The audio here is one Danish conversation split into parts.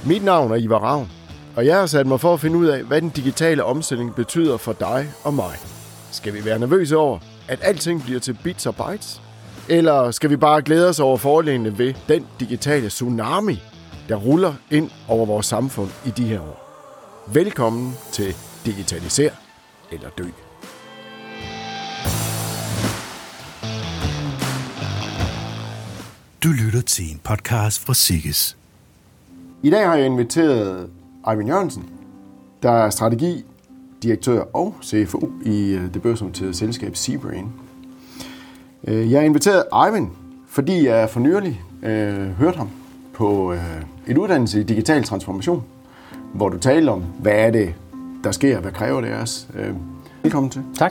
Mit navn er Ivar Ravn, og jeg har sat mig for at finde ud af, hvad den digitale omstilling betyder for dig og mig. Skal vi være nervøse over, at alting bliver til bits og bytes? Eller skal vi bare glæde os over fordelene ved den digitale tsunami, der ruller ind over vores samfund i de her år? Velkommen til Digitaliser eller Dø. Du lytter til en podcast fra Sikkes. I dag har jeg inviteret Eivind Jørgensen, der er strategidirektør og CFO i det børsnoterede selskab Cbrain. Jeg har inviteret Eivind, fordi jeg for nylig hørte ham på et uddannelse i digital transformation, hvor du taler om, hvad er det, der sker, hvad kræver det af os. Velkommen til. Tak.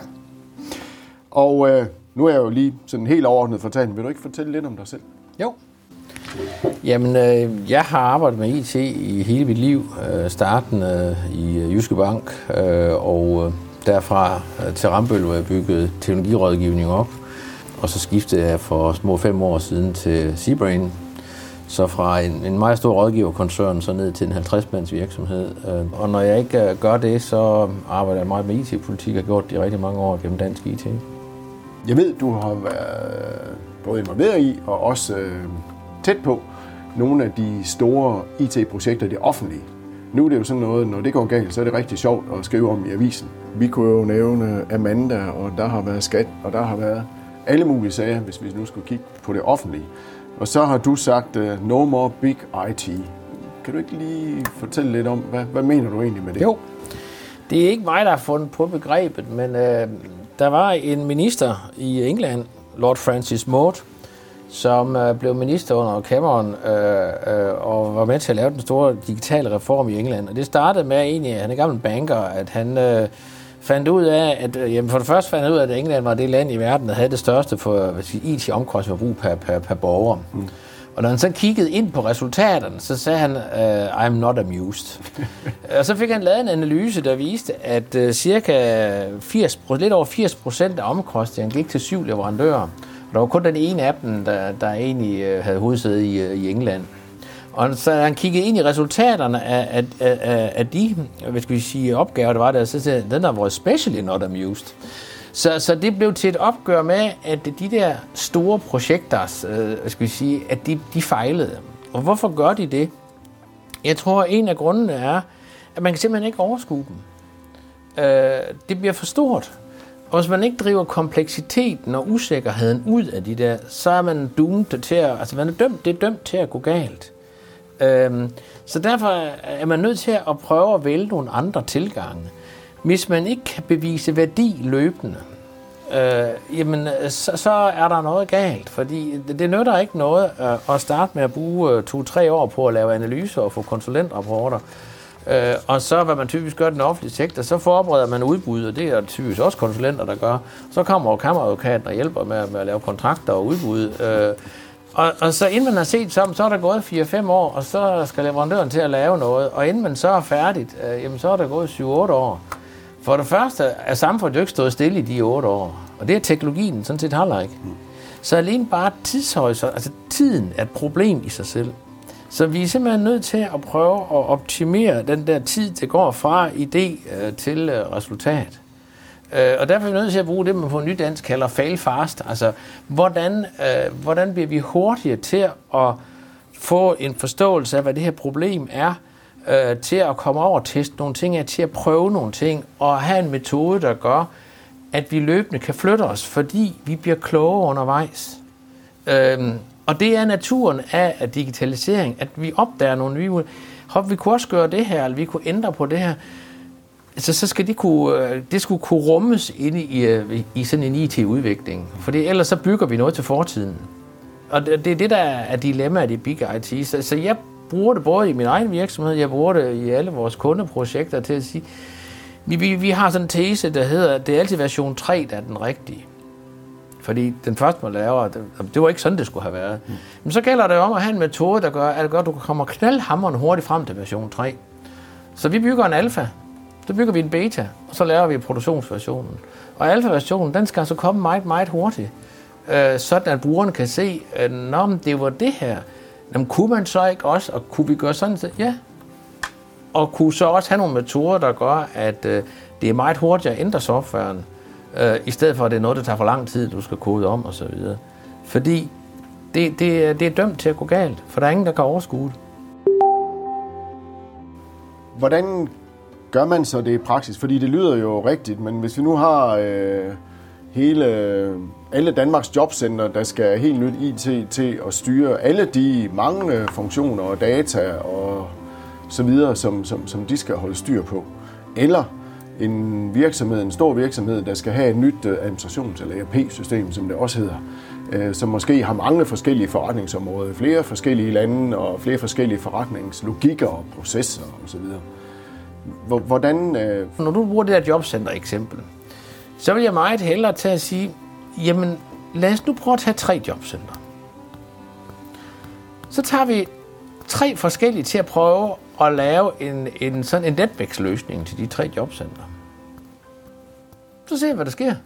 Og nu er jeg jo lige sådan helt overordnet fortalt. Vil du ikke fortælle lidt om dig selv? Jo. Jamen, jeg har arbejdet med IT i hele mit liv, startende i Jyske Bank, og derfra til Rambøll, hvor jeg byggede teknologirådgivning op, og så skiftede jeg for små 5 år siden til Cbrain, så fra en meget stor rådgiverkoncern så ned til en 50-mands virksomhed. Og når jeg ikke gør det, så arbejder jeg meget med IT-politik og har gjort det i rigtig mange år gennem dansk IT. Jeg ved, du har været både involveret i og også tæt på nogle af de store IT-projekter, det offentlige. Nu er det jo sådan noget, når det går galt, så er det rigtig sjovt at skrive om i avisen. Vi kunne jo nævne Amanda, og der har været skat, og der har været alle mulige sager, hvis vi nu skulle kigge på det offentlige. Og så har du sagt, no more big IT. Kan du ikke lige fortælle lidt om, hvad mener du egentlig med det? Jo, det er ikke mig, der har fundet på begrebet, men der var en minister i England, Lord Francis Maude, som blev minister under Cameron og var med til at lave den store digitale reform i England. Og det startede med egentlig, at han er gammel banker, at han fandt ud af, at for det første fandt han ud af, at England var det land i verden, der havde det største for IT-omkostningsforbrug per borger. Mm. Og når han så kiggede ind på resultaterne, så sagde han, I'm not amused. Og så fik han lavet en analyse, der viste, at cirka lidt over 80% af omkostningerne gik til 7 leverandører. Der var kun den ene af dem, der egentlig havde hovedsæde i England. Og så han kiggede ind i resultaterne af de opgaver, der var der, så sagde den der var especially not amused. Så det blev til et opgør med, at de der store projekter, at de fejlede. Og hvorfor gør de det? Jeg tror, en af grundene er, at man kan simpelthen ikke overskue dem. Det bliver for stort. Og hvis man ikke driver kompleksiteten og usikkerheden ud af de der, så er man doomed til det er dømt til at gå galt. Så derfor er man nødt til at prøve at vælge nogle andre tilgange. Hvis man ikke kan bevise værdi løbende, så er der noget galt, fordi det nytter ikke noget at starte med at bruge 2-3 år på at lave analyser og få konsulentrapporter. Og så, hvad man typisk gør i den offentlige sektor, så forbereder man udbud, og det er typisk også konsulenter, der gør. Så kommer jo kammeradvokaten og hjælper med at lave kontrakter og udbud. Og så inden man har set sammen, så er der gået 4-5 år, og så skal leverandøren til at lave noget. Og inden man så er færdigt, så er der gået 7-8 år. For det første er samfundet jo ikke stået stille i de 8 år. Og det er teknologien sådan set heller ikke. Så alene bare tidshorisont, altså tiden er et problem i sig selv. Så vi er simpelthen nødt til at prøve at optimere den der tid, der går fra idé til resultat. Og derfor er vi nødt til at bruge det, man på nydansk kalder fail fast. Altså, hvordan bliver vi hurtigere til at få en forståelse af, hvad det her problem er, til at komme over og teste nogle ting, til at prøve nogle ting, og have en metode, der gør, at vi løbende kan flytte os, fordi vi bliver klogere undervejs. Og det er naturen af digitalisering, at vi opdager nogle nye. Vi kunne også gøre det her, eller vi kunne ændre på det her. Så skal det skulle kunne rummes inde i sådan en IT-udvikling. For ellers så bygger vi noget til fortiden. Og det er det, der er dilemmaet i Big IT. Så jeg bruger det både i min egen virksomhed, jeg bruger det i alle vores kundeprojekter til at sige, vi har sådan en tese, der hedder, det er altid version 3, der er den rigtige. Fordi den første, man laver, det var ikke sådan, det skulle have været. Men så gælder det om at have en metode, der gør, at du kommer knaldhamrende hurtigt frem til version 3. Så vi bygger en alfa, så bygger vi en beta, og så laver vi produktionsversionen. Og alfa-versionen, den skal altså komme meget, meget hurtigt. Sådan at brugerne kan se, det var det her. Jamen, kunne man så ikke også, og kunne vi gøre sådan? Ja, og kunne så også have nogle metoder, der gør, at det er meget hurtigere at ændre softwaren, i stedet for, at det er noget, der tager for lang tid, du skal kode om osv. Fordi det er dømt til at gå galt, for der er ingen, der kan overskue det. Hvordan gør man så det i praksis? Fordi det lyder jo rigtigt, men hvis vi nu har alle Danmarks jobcenter, der skal helt nyt IT til at styre alle de mange funktioner og data og så videre, som de skal holde styr på. Eller en stor virksomhed, der skal have et nyt administrations- eller ERP-system, som det også hedder, som måske har mange forskellige forretningsområder, flere forskellige lande og flere forskellige forretningslogikker og processer osv. Hvordan... Når du bruger det her jobcenter-eksempel, så vil jeg meget hellere til at sige, jamen lad os nu prøve at tage 3 jobcenter. Så tager vi 3 forskellige til at prøve at lave sådan en netværksløsning til de 3 jobcenter. Så ser vi, hvad der sker.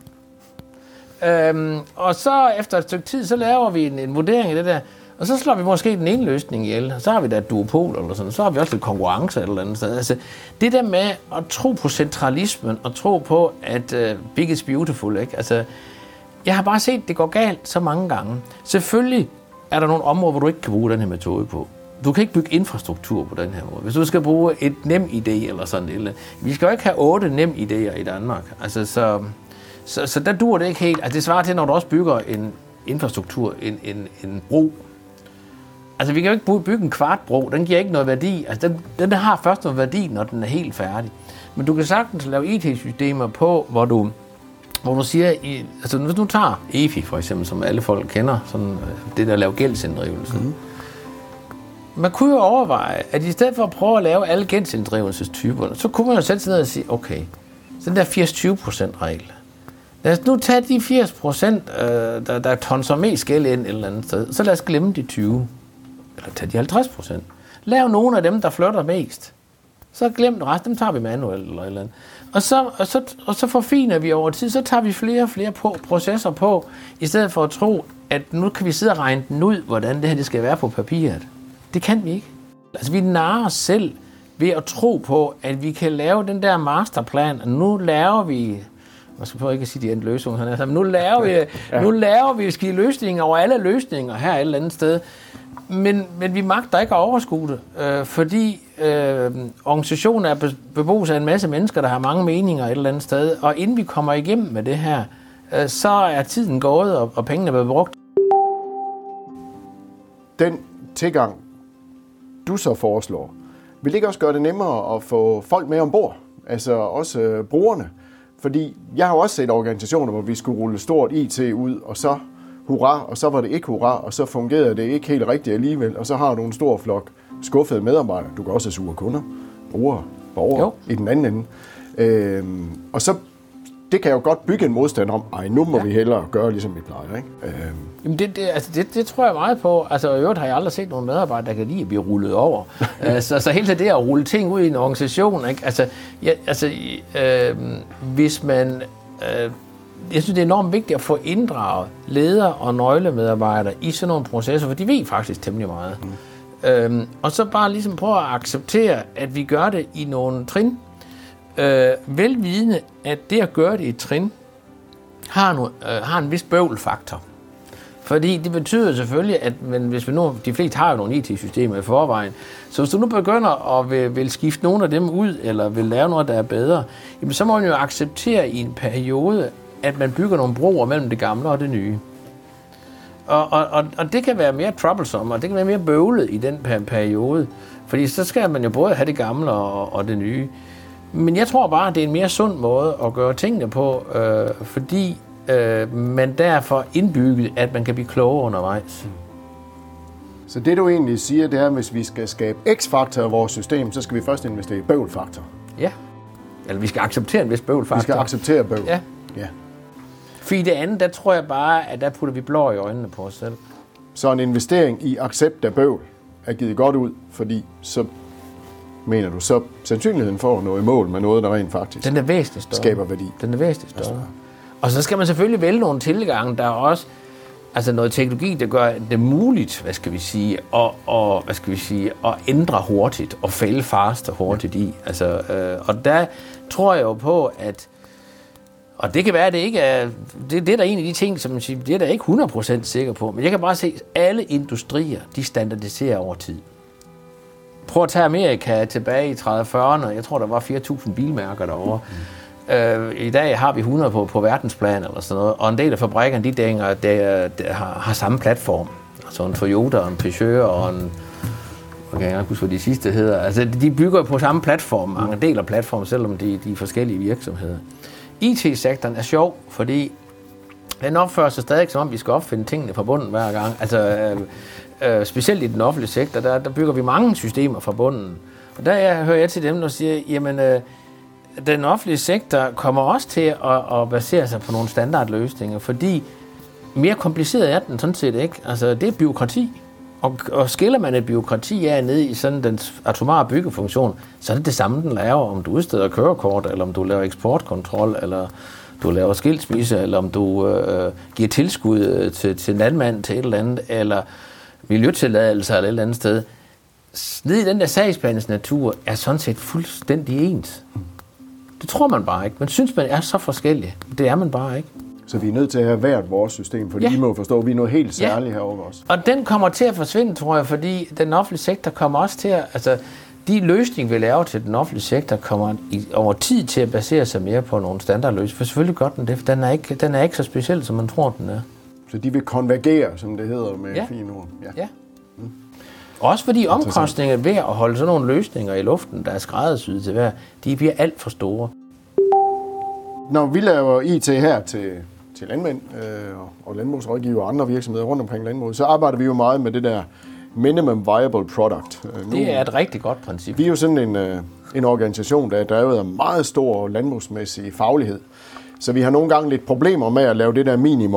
Og så efter et stykke tid, så laver vi en vurdering af det der, og så slår vi måske den ene løsning ihjel. Så har vi da et duopol eller sådan, så har vi også lidt konkurrence eller andet sted. Altså, det der med at tro på centralismen og tro på, at big is beautiful, ikke? Altså, jeg har bare set, at det går galt så mange gange. Selvfølgelig er der nogle områder, hvor du ikke kan bruge den her metode på. Du kan ikke bygge infrastruktur på den her måde. Hvis du skal bruge et nem idé eller sådan eller vi skal jo ikke have 8 nem idéer i Danmark. Altså, så der dur det ikke helt. Altså, det svarer til, når du også bygger en infrastruktur, en bro. Altså, vi kan jo ikke bygge en kvartbro. Den giver ikke noget værdi. Altså, den har først noget værdi, når den er helt færdig. Men du kan sagtens lave IT-systemer på, hvor du siger, altså hvis du tager EFI for eksempel, som alle folk kender, sådan det der laver gældsinddrivelse. Man kunne jo overveje, at i stedet for at prøve at lave alle gældsinddrivelsestyperne, så kunne man jo sætte sig ned og sige, okay, så den der 80-20% regel. Lad os nu tage de 80%, der tonser mest gæld ind et eller andet sted, så lad os glemme de 20. Eller tage de 50%. Lav nogle af dem, der flytter mest. Så glem det resten, dem tager vi manuelt eller et eller andet. Og så forfiner vi over tid, så tager vi flere og flere processer på, i stedet for at tro, at nu kan vi sidde og regne den ud, hvordan det her det skal være på papiret. Det kan vi ikke. Altså, vi narrer os selv ved at tro på, at vi kan lave den der masterplan, og nu laver vi... Man skal prøve ikke at sige de endte løsninger, men nu laver vi ski løsninger over alle løsninger her et eller andet sted. Men vi magter ikke at overskue det, fordi organisationen er beboet af en masse mennesker, der har mange meninger et eller andet sted, og inden vi kommer igennem med det her, så er tiden gået, og pengene er blevet brugt. Den tilgang, du så foreslår, vil det ikke også gøre det nemmere at få folk med ombord? Altså også brugerne? Fordi jeg har også set organisationer, hvor vi skulle rulle stort IT ud, og så hurra, og så var det ikke hurra, og så fungerede det ikke helt rigtigt alligevel, og så har du en stor flok skuffede medarbejdere. Du kan også have sure kunder, brugere, borgere i den anden ende. Og så, det kan jo godt bygge en modstand om, nu må vi hellere gøre, ligesom vi plejer, ikke? Jamen det tror jeg meget på. Altså, i øvrigt har jeg aldrig set nogen medarbejdere, der kan lide at blive rullet over. så hele det at rulle ting ud i en organisation, ikke? Hvis man... jeg synes, det er enormt vigtigt at få inddraget ledere og nøglemedarbejdere i sådan nogle processer, for de ved faktisk temmelig meget. Og så bare ligesom prøve at acceptere, at vi gør det i nogle trin. Velvidende, at det at gøre det i trin har en vis bøvlfaktor. Fordi det betyder selvfølgelig, at hvis vi nu, de fleste har jo nogle IT-systemer i forvejen, så hvis du nu begynder at vil skifte nogle af dem ud, eller vil lave noget, der er bedre, jamen så må man jo acceptere i en periode, at man bygger nogle broer mellem det gamle og det nye. Og det kan være mere troublesome, og det kan være mere bøvlet i den periode, fordi så skal man jo både have det gamle og det nye. Men jeg tror bare, at det er en mere sund måde at gøre tingene på, fordi man derfor indbygget, at man kan blive klogere undervejs. Så det du egentlig siger, det er, at hvis vi skal skabe X-faktor i vores system, så skal vi først investere i bøvlfaktor. Ja. Eller vi skal acceptere en vis bøvlfaktor. Vi skal acceptere bøvl. Ja. Fordi det andet, der tror jeg bare, at der putter vi blå i øjnene på os selv. Så en investering i accept af bøvl er givet godt ud, fordi så mener du, så sandsynligheden for at nå i mål med noget, der rent faktisk den er væsentligt større. Skaber værdi. Den er væsentligt større. Og så skal man selvfølgelig vælge nogle tilgange, der også Altså noget teknologi, der gør det muligt, at ændre hurtigt og fail fast og hurtigt i. Altså, og der tror jeg jo på, at og det kan være, at det ikke er det er der en af de ting, som man siger, det er der ikke 100% sikker på, men jeg kan bare se, at alle industrier, de standardiserer over tid. Prøv at tage Amerika tilbage i 30-40'erne, jeg tror, der var 4.000 bilmærker derovre. I dag har vi 100 på verdensplan eller sådan noget, og en del af fabrikkerne, de har samme platform. Altså en Toyota, og en Peugeot og en... Jeg kan ikke huske, hvad de sidste hedder. Altså, de bygger på samme platform, mange deler platform, selvom de er forskellige virksomheder. IT-sektoren er sjov, fordi den opfører sig stadig som om, vi skal opfinde tingene fra bunden hver gang. Altså, specielt i den offentlige sektor, der bygger vi mange systemer fra bunden. Og der hører jeg til dem, der siger, jamen, den offentlige sektor kommer også til at basere sig på nogle standardløsninger, fordi mere kompliceret er den sådan set ikke. Altså, det er byråkrati. Og skiller man et byråkrati af ned i sådan den atomare byggefunktion, så er det samme, den laver, om du udsteder kørekort, eller om du laver eksportkontrol, eller du laver skilsmisse, eller om du giver tilskud til landmand til et eller andet, eller miljøtilladelser eller et eller andet sted. Ned i den der sagsbehandlings natur er sådan set fuldstændig ens. Det tror man bare ikke. Man synes, man er så forskellig. Det er man bare ikke. Så vi er nødt til at have hvert vores system, fordi I må forstå, at vi er noget helt særligt herovre også. Og den kommer til at forsvinde, tror jeg, fordi den offentlige sektor kommer også til at... Altså, de løsninger, vi laver til den offentlige sektor, kommer over tid til at basere sig mere på nogle standardløsninger. For selvfølgelig gør den det, for den er ikke så speciel, som man tror, den er. Så de vil konvergere, som det hedder med fine ord. Ja. Også fordi omkostninger ved at holde sådan nogle løsninger i luften, der er skræddersyet til hver, de bliver alt for store. Når vi laver IT her til landmænd og landbrugsrådgiver og andre virksomheder rundt omkring landbruget, så arbejder vi jo meget med det der minimum viable product. Det er et rigtig godt princip. Vi er jo sådan en organisation, der er drevet af meget stor landbrugsmæssig faglighed. Så vi har nogle gange lidt problemer med at lave det der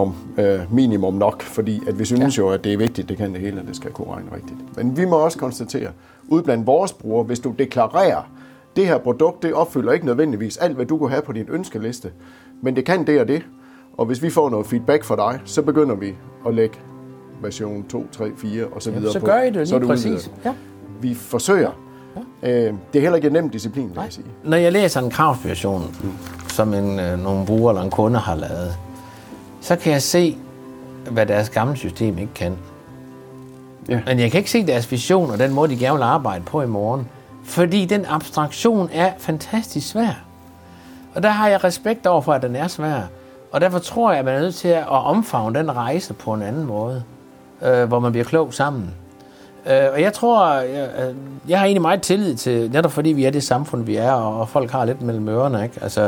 minimum nok, fordi at vi synes jo, at det er vigtigt, det kan det hele, og det skal kunne regne rigtigt. Men vi må også konstatere, ude blandt vores brugere, hvis du deklarerer, det her produkt, det opfylder ikke nødvendigvis alt, hvad du kunne have på din ønskeliste, men det kan det og det. Og hvis vi får noget feedback fra dig, så begynder vi at lægge version 2, 3, 4 og så videre på. Så gør I det lige præcis. Ja. Vi forsøger. Ja. Det er heller ikke en nem disciplin, vil jeg sige. Når jeg læser en kravsversion, som nogle brugere eller en kunde har lavet, så kan jeg se, hvad deres gamle system ikke kan. Ja. Men jeg kan ikke se deres vision og den måde, de gerne vil arbejde på i morgen. Fordi den abstraktion er fantastisk svær. Og der har jeg respekt over for, at den er svær. Og derfor tror jeg, at man er nødt til at omfavne den rejse på en anden måde, hvor man bliver klog sammen. Og jeg tror, jeg har egentlig meget tillid til, netop fordi vi er det samfund, vi er, og folk har lidt mellem ørerne, ikke? Altså,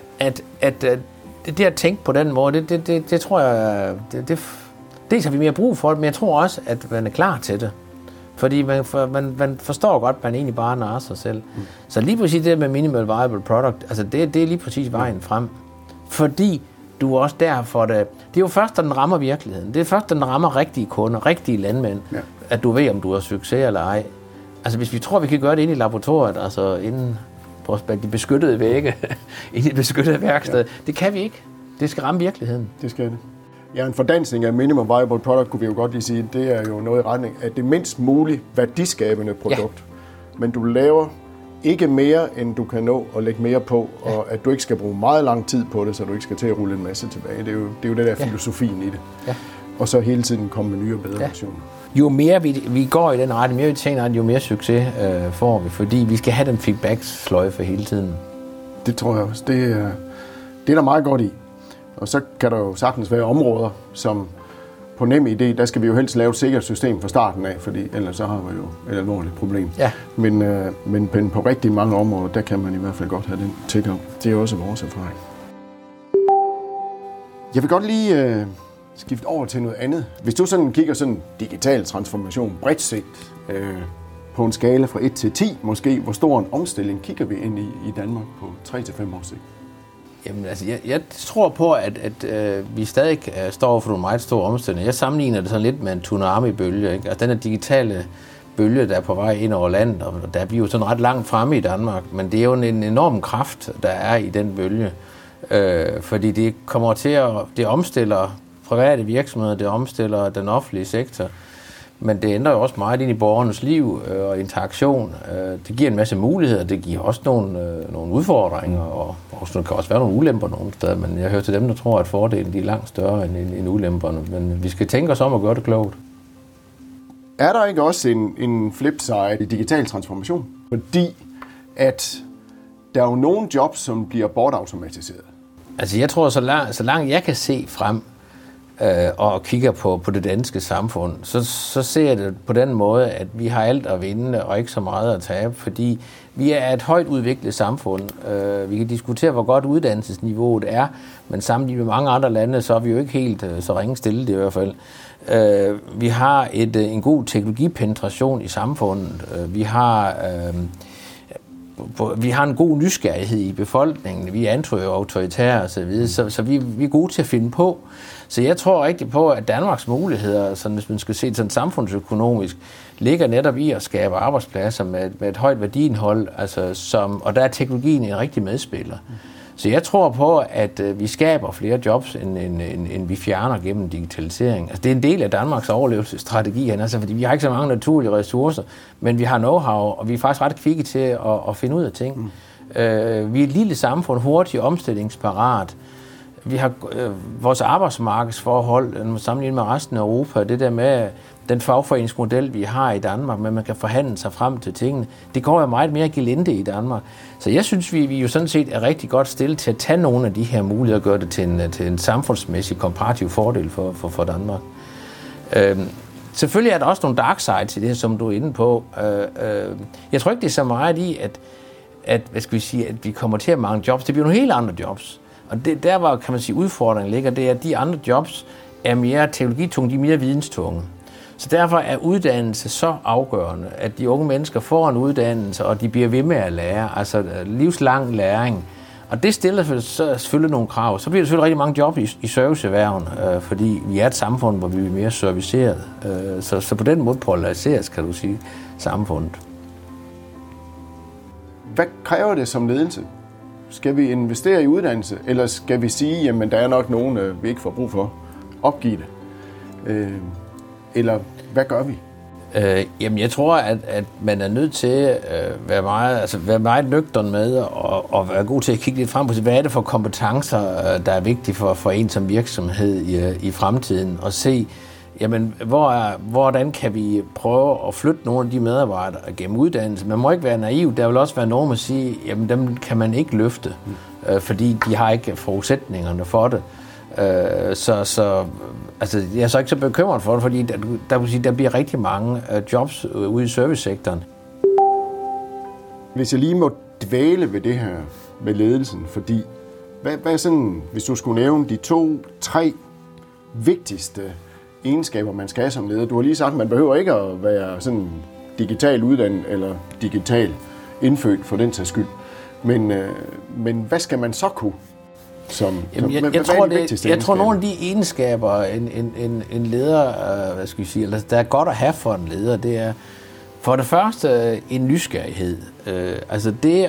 at det at tænke på den måde, det tror jeg, dels har vi mere brug for det, men jeg tror også, at man er klar til det. Fordi man forstår godt, at man egentlig bare narrer sig selv. Så lige præcis det med minimal viable product, altså det er lige præcis vejen frem. Fordi du også der for det. Det er jo først, når den rammer virkeligheden. Det er først, når den rammer rigtige kunder, rigtige landmænd, at du ved, om du har succes eller ej. Altså hvis vi tror, vi kan gøre det inde i laboratoriet, altså inden på de beskyttede vægge, inde i det beskyttede værksted, det kan vi ikke. Det skal ramme virkeligheden. Det skal det. Ja, en fordansning af minimum viable product, kunne vi jo godt lige sige, det er jo noget i retning af det mindst muligt værdiskabende produkt. Ja. Men du laver ikke mere, end du kan nå at lægge mere på, og at du ikke skal bruge meget lang tid på det, så du ikke skal til at rulle en masse tilbage. Det er jo det der filosofien i det. Ja. Og så hele tiden komme med nye og bedre versioner. Jo mere vi går i den retning, mere vi tænker, jo mere succes får vi, fordi vi skal have den feedback-sløjfe hele tiden. Det tror jeg også. Det er der meget godt i. Og så kan der jo sagtens være områder, som på NemID, der skal vi jo helst lave et sikkert system fra starten af, fordi ellers så har vi jo et alvorligt problem. Ja. Men på rigtig mange områder, der kan man i hvert fald godt have den take-up. Det er også vores erfaring. Jeg vil godt lige skifte over til noget andet. Hvis du sådan kigger sådan digital transformation bredt set, på en skala fra 1 til 10 måske, hvor stor en omstilling kigger vi ind i Danmark på 3-5 år sigt? Jamen altså, jeg tror på, at vi stadig står for nogle meget store omstillinger. Jeg sammenligner det sådan lidt med en tsunami-bølge, ikke? Altså den her digitale bølge, der er på vej ind over landet, og der er vi jo sådan ret langt fremme i Danmark, men det er jo en enorm kraft, der er i den bølge, fordi det kommer til at, det omstiller private virksomheder, det omstiller den offentlige sektor, men det ændrer jo også meget ind i borgernes liv og interaktion. Det giver en masse muligheder, det giver også nogle udfordringer, og der kan også være nogle ulemper nogle steder, men jeg hører til dem, der tror, at fordelen er langt større end ulemperne. Men vi skal tænke os om at gøre det klogt. Er der ikke også en flipside i digital transformation? Fordi at der er jo nogle jobs, som bliver bortautomatiseret. Altså jeg tror, så langt jeg kan se frem og kigger på det danske samfund, så ser jeg det på den måde, at vi har alt at vinde og ikke så meget at tabe, fordi vi er et højt udviklet samfund. Vi kan diskutere, hvor godt uddannelsesniveauet er, men sammenlignet med mange andre lande, så er vi jo ikke helt så ringe stillet i hvert fald. Vi har en god teknologipenetration i samfundet. Vi har en god nysgerrighed i befolkningen. Vi er anti-autoritære og så videre, så vi er gode til at finde på. Så jeg tror rigtig på, at Danmarks muligheder, sådan, hvis man skal se det sådan samfundsøkonomisk, ligger netop i at skabe arbejdspladser med et højt værdiindhold, og der er teknologien en rigtig medspiller. Så jeg tror på, at vi skaber flere jobs, end vi fjerner gennem digitalisering. Altså, det er en del af Danmarks overlevelsesstrategi, fordi vi har ikke så mange naturlige ressourcer, men vi har know-how, og vi er faktisk ret kvikke til at finde ud af ting. Vi er et lille samfund, hurtigt omstillingsparat. Vi har vores arbejdsmarkedsforhold sammenlignet med resten af Europa, det der med den fagforeningsmodel, vi har i Danmark, men man kan forhandle sig frem til tingene. Det går jo meget mere gelinde i Danmark. Så jeg synes, vi jo sådan set er rigtig godt stillet til at tage nogle af de her muligheder og gøre det til en samfundsmæssig komparativ fordel for Danmark. Selvfølgelig er der også nogle dark sides i det, som du er inde på. Jeg tror ikke, det er så meget i, at vi kommer til at mangle jobs. Det bliver nogle helt andre jobs. Og der hvor, kan man sige, udfordringen ligger, det er, at de andre jobs er mere teknologitunge, de er mere videnstunge. Så derfor er uddannelse så afgørende, at de unge mennesker får en uddannelse, og de bliver ved med at lære, altså livslang læring. Og det stiller selvfølgelig nogle krav. Så bliver der selvfølgelig rigtig mange job i serviceerhverven, fordi vi er et samfund, hvor vi er mere serviceret. Så på den måde polariseres, kan du sige, samfundet. Hvad kræver det som ledelse? Skal vi investere i uddannelse, eller skal vi sige, jamen der er nok nogen, vi ikke får brug for? Opgive det. Eller hvad gør vi? Jamen jeg tror, at man er nødt til at være meget nøgtern med og være god til at kigge lidt frem på, hvad er det for kompetencer, der er vigtige for en som virksomhed i fremtiden, og se, jamen, hvordan kan vi prøve at flytte nogle af de medarbejdere gennem uddannelse. Man må ikke være naiv. Der vil også være nogen, der siger, jamen dem kan man ikke løfte, fordi de har ikke forudsætningerne for det. Jeg er så ikke så bekymret for det, fordi der bliver rigtig mange jobs ude i servicesektoren. Hvis jeg lige må dvæle ved det her med ledelsen, fordi hvad sådan, hvis du skulle nævne de 2-3 vigtigste egenskaber, man skal have som leder. Du har lige sagt, at man behøver ikke at være sådan digital uddannet eller digital indfødt for den sags skyld. Men hvad skal man så kunne? Jeg tror nogle af de egenskaber, en leder, der er godt at have for en leder, det er for det første en nysgerrighed. Det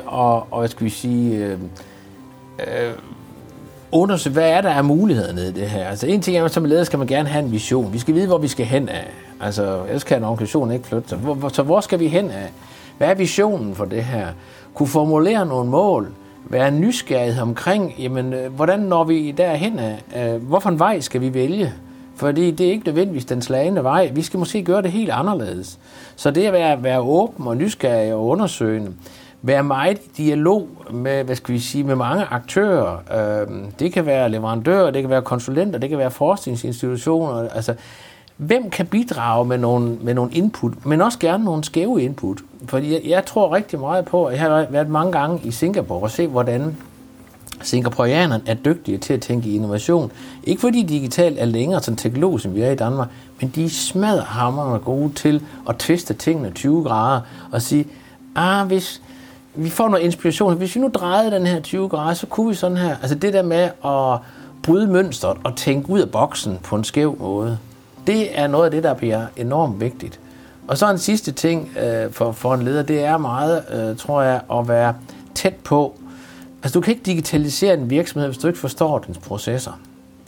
undersøge, hvad er der af mulighederne i det her. Altså en ting er, som leder skal man gerne have en vision. Vi skal vide, hvor vi skal hen af. Ellers kan en organisation ikke flytte sig. Så hvor skal vi hen af? Hvad er visionen for det her? Kunne formulere nogle mål. Være nysgerrighed omkring, jamen, hvordan når vi derhen af? Hvorfor en vej skal vi vælge? Fordi det er ikke nødvendigvis den slagne vej. Vi skal måske gøre det helt anderledes. Så det at være åben og nysgerrig og undersøgende, være meget i dialog med, med mange aktører. Det kan være leverandører, det kan være konsulenter, det kan være forskningsinstitutioner. Altså, hvem kan bidrage med nogle input, men også gerne nogle skæve input? Fordi jeg tror rigtig meget på, at jeg har været mange gange i Singapore og se, hvordan singaporeanerne er dygtige til at tænke i innovation. Ikke fordi digitalt er længere sådan teknologisk, som vi er i Danmark, men de smadrer hamrende gode til at twiste tingene 20 grader og sige, hvis vi får noget inspiration, hvis vi nu drejede den her 20 grader, så kunne vi sådan her. Altså det der med at bryde mønstret og tænke ud af boksen på en skæv måde, det er noget af det, der bliver enormt vigtigt. Og så en sidste ting for en leder, det er meget, tror jeg, at være tæt på. Altså du kan ikke digitalisere en virksomhed, hvis du ikke forstår dens processer.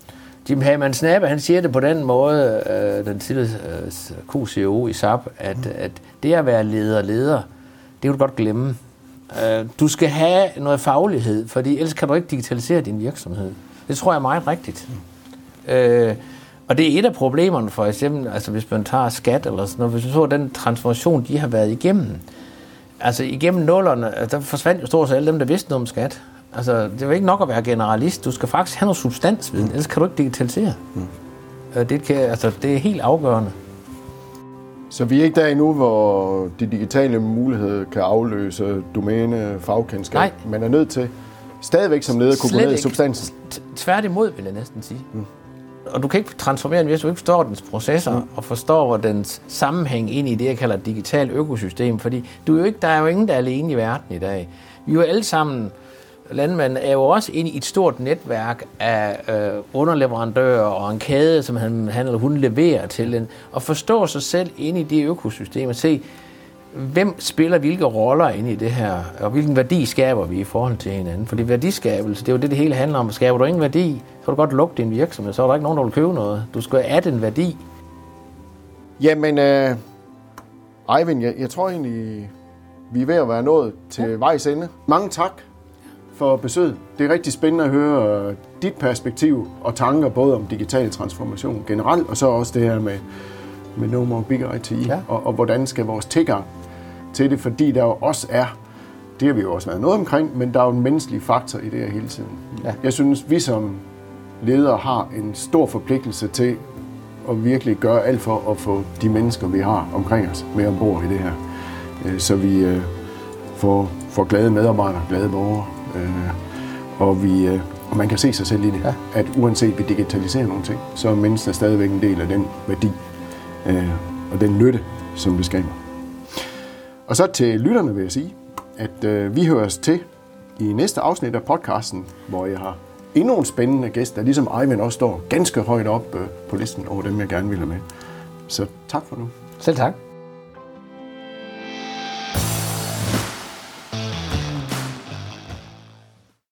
Jim Hagemann Snabe, han siger det på den måde, den tidligere QCO i SAP, at det at være leder, det kan du godt glemme. Du skal have noget faglighed, fordi ellers kan du ikke digitalisere din virksomhed. Det tror jeg er meget rigtigt. Og det er et af problemerne, for eksempel, altså hvis man tager skat eller sådan noget, hvis man så den transformation, de har været igennem. Altså igennem nullerne, der forsvandt jo stort set alle dem, der vidste noget om skat. Altså det var ikke nok at være generalist, du skal faktisk have noget substansviden, ellers kan du ikke digitalisere. Det er helt afgørende. Så vi er ikke der endnu, hvor de digitale muligheder kan afløse domæne, fagkendskab. Nej. Man er nødt til stadigvæk som leder at kunne gå ned i substansen. Tværtimod, vil jeg næsten sige. Og du kan ikke transformere den, hvis du ikke forstår dens processer og forstår dens sammenhæng ind i det, jeg kalder et digitalt økosystem. Fordi der er jo ingen, der er alene i verden i dag. Vi er jo alle sammen, landmanden er jo også inde i et stort netværk af underleverandører og en kæde, som han eller hun leverer til en. Og forstå sig selv inde i det økosystem og se, hvem spiller hvilke roller inde i det her, og hvilken værdi skaber vi i forhold til hinanden. Fordi værdiskabelse, det er jo det hele handler om. Skaber du ingen værdi, så kan du godt lukke din virksomhed, så er der ikke nogen, der vil købe noget. Du skal have den værdi. Jamen, Eivind, jeg tror egentlig, vi er ved at være nået til vejs ende. Mange tak for besøget. Det er rigtig spændende at høre dit perspektiv og tanker, både om digital transformation generelt, og så også det her med No More Big IT, og hvordan skal vores tilgang til det, fordi der jo også er, det har vi jo også været noget omkring, men der er jo en menneskelig faktor i det her hele tiden. Ja. Jeg synes, vi som ledere har en stor forpligtelse til at virkelig gøre alt for at få de mennesker, vi har omkring os, med ombord i det her. Så vi får glade medarbejdere, glade borgere, og man kan se sig selv i det, at uanset vi digitaliserer nogle ting, så er mennesker stadigvæk en del af den værdi og den nytte, som det skaber. Og så til lytterne vil jeg sige, at vi høres til i næste afsnit af podcasten, hvor jeg har endnu en spændende gæst, der ligesom Eivind også står ganske højt op på listen over dem, jeg gerne vil have med. Så tak for nu. Selv tak.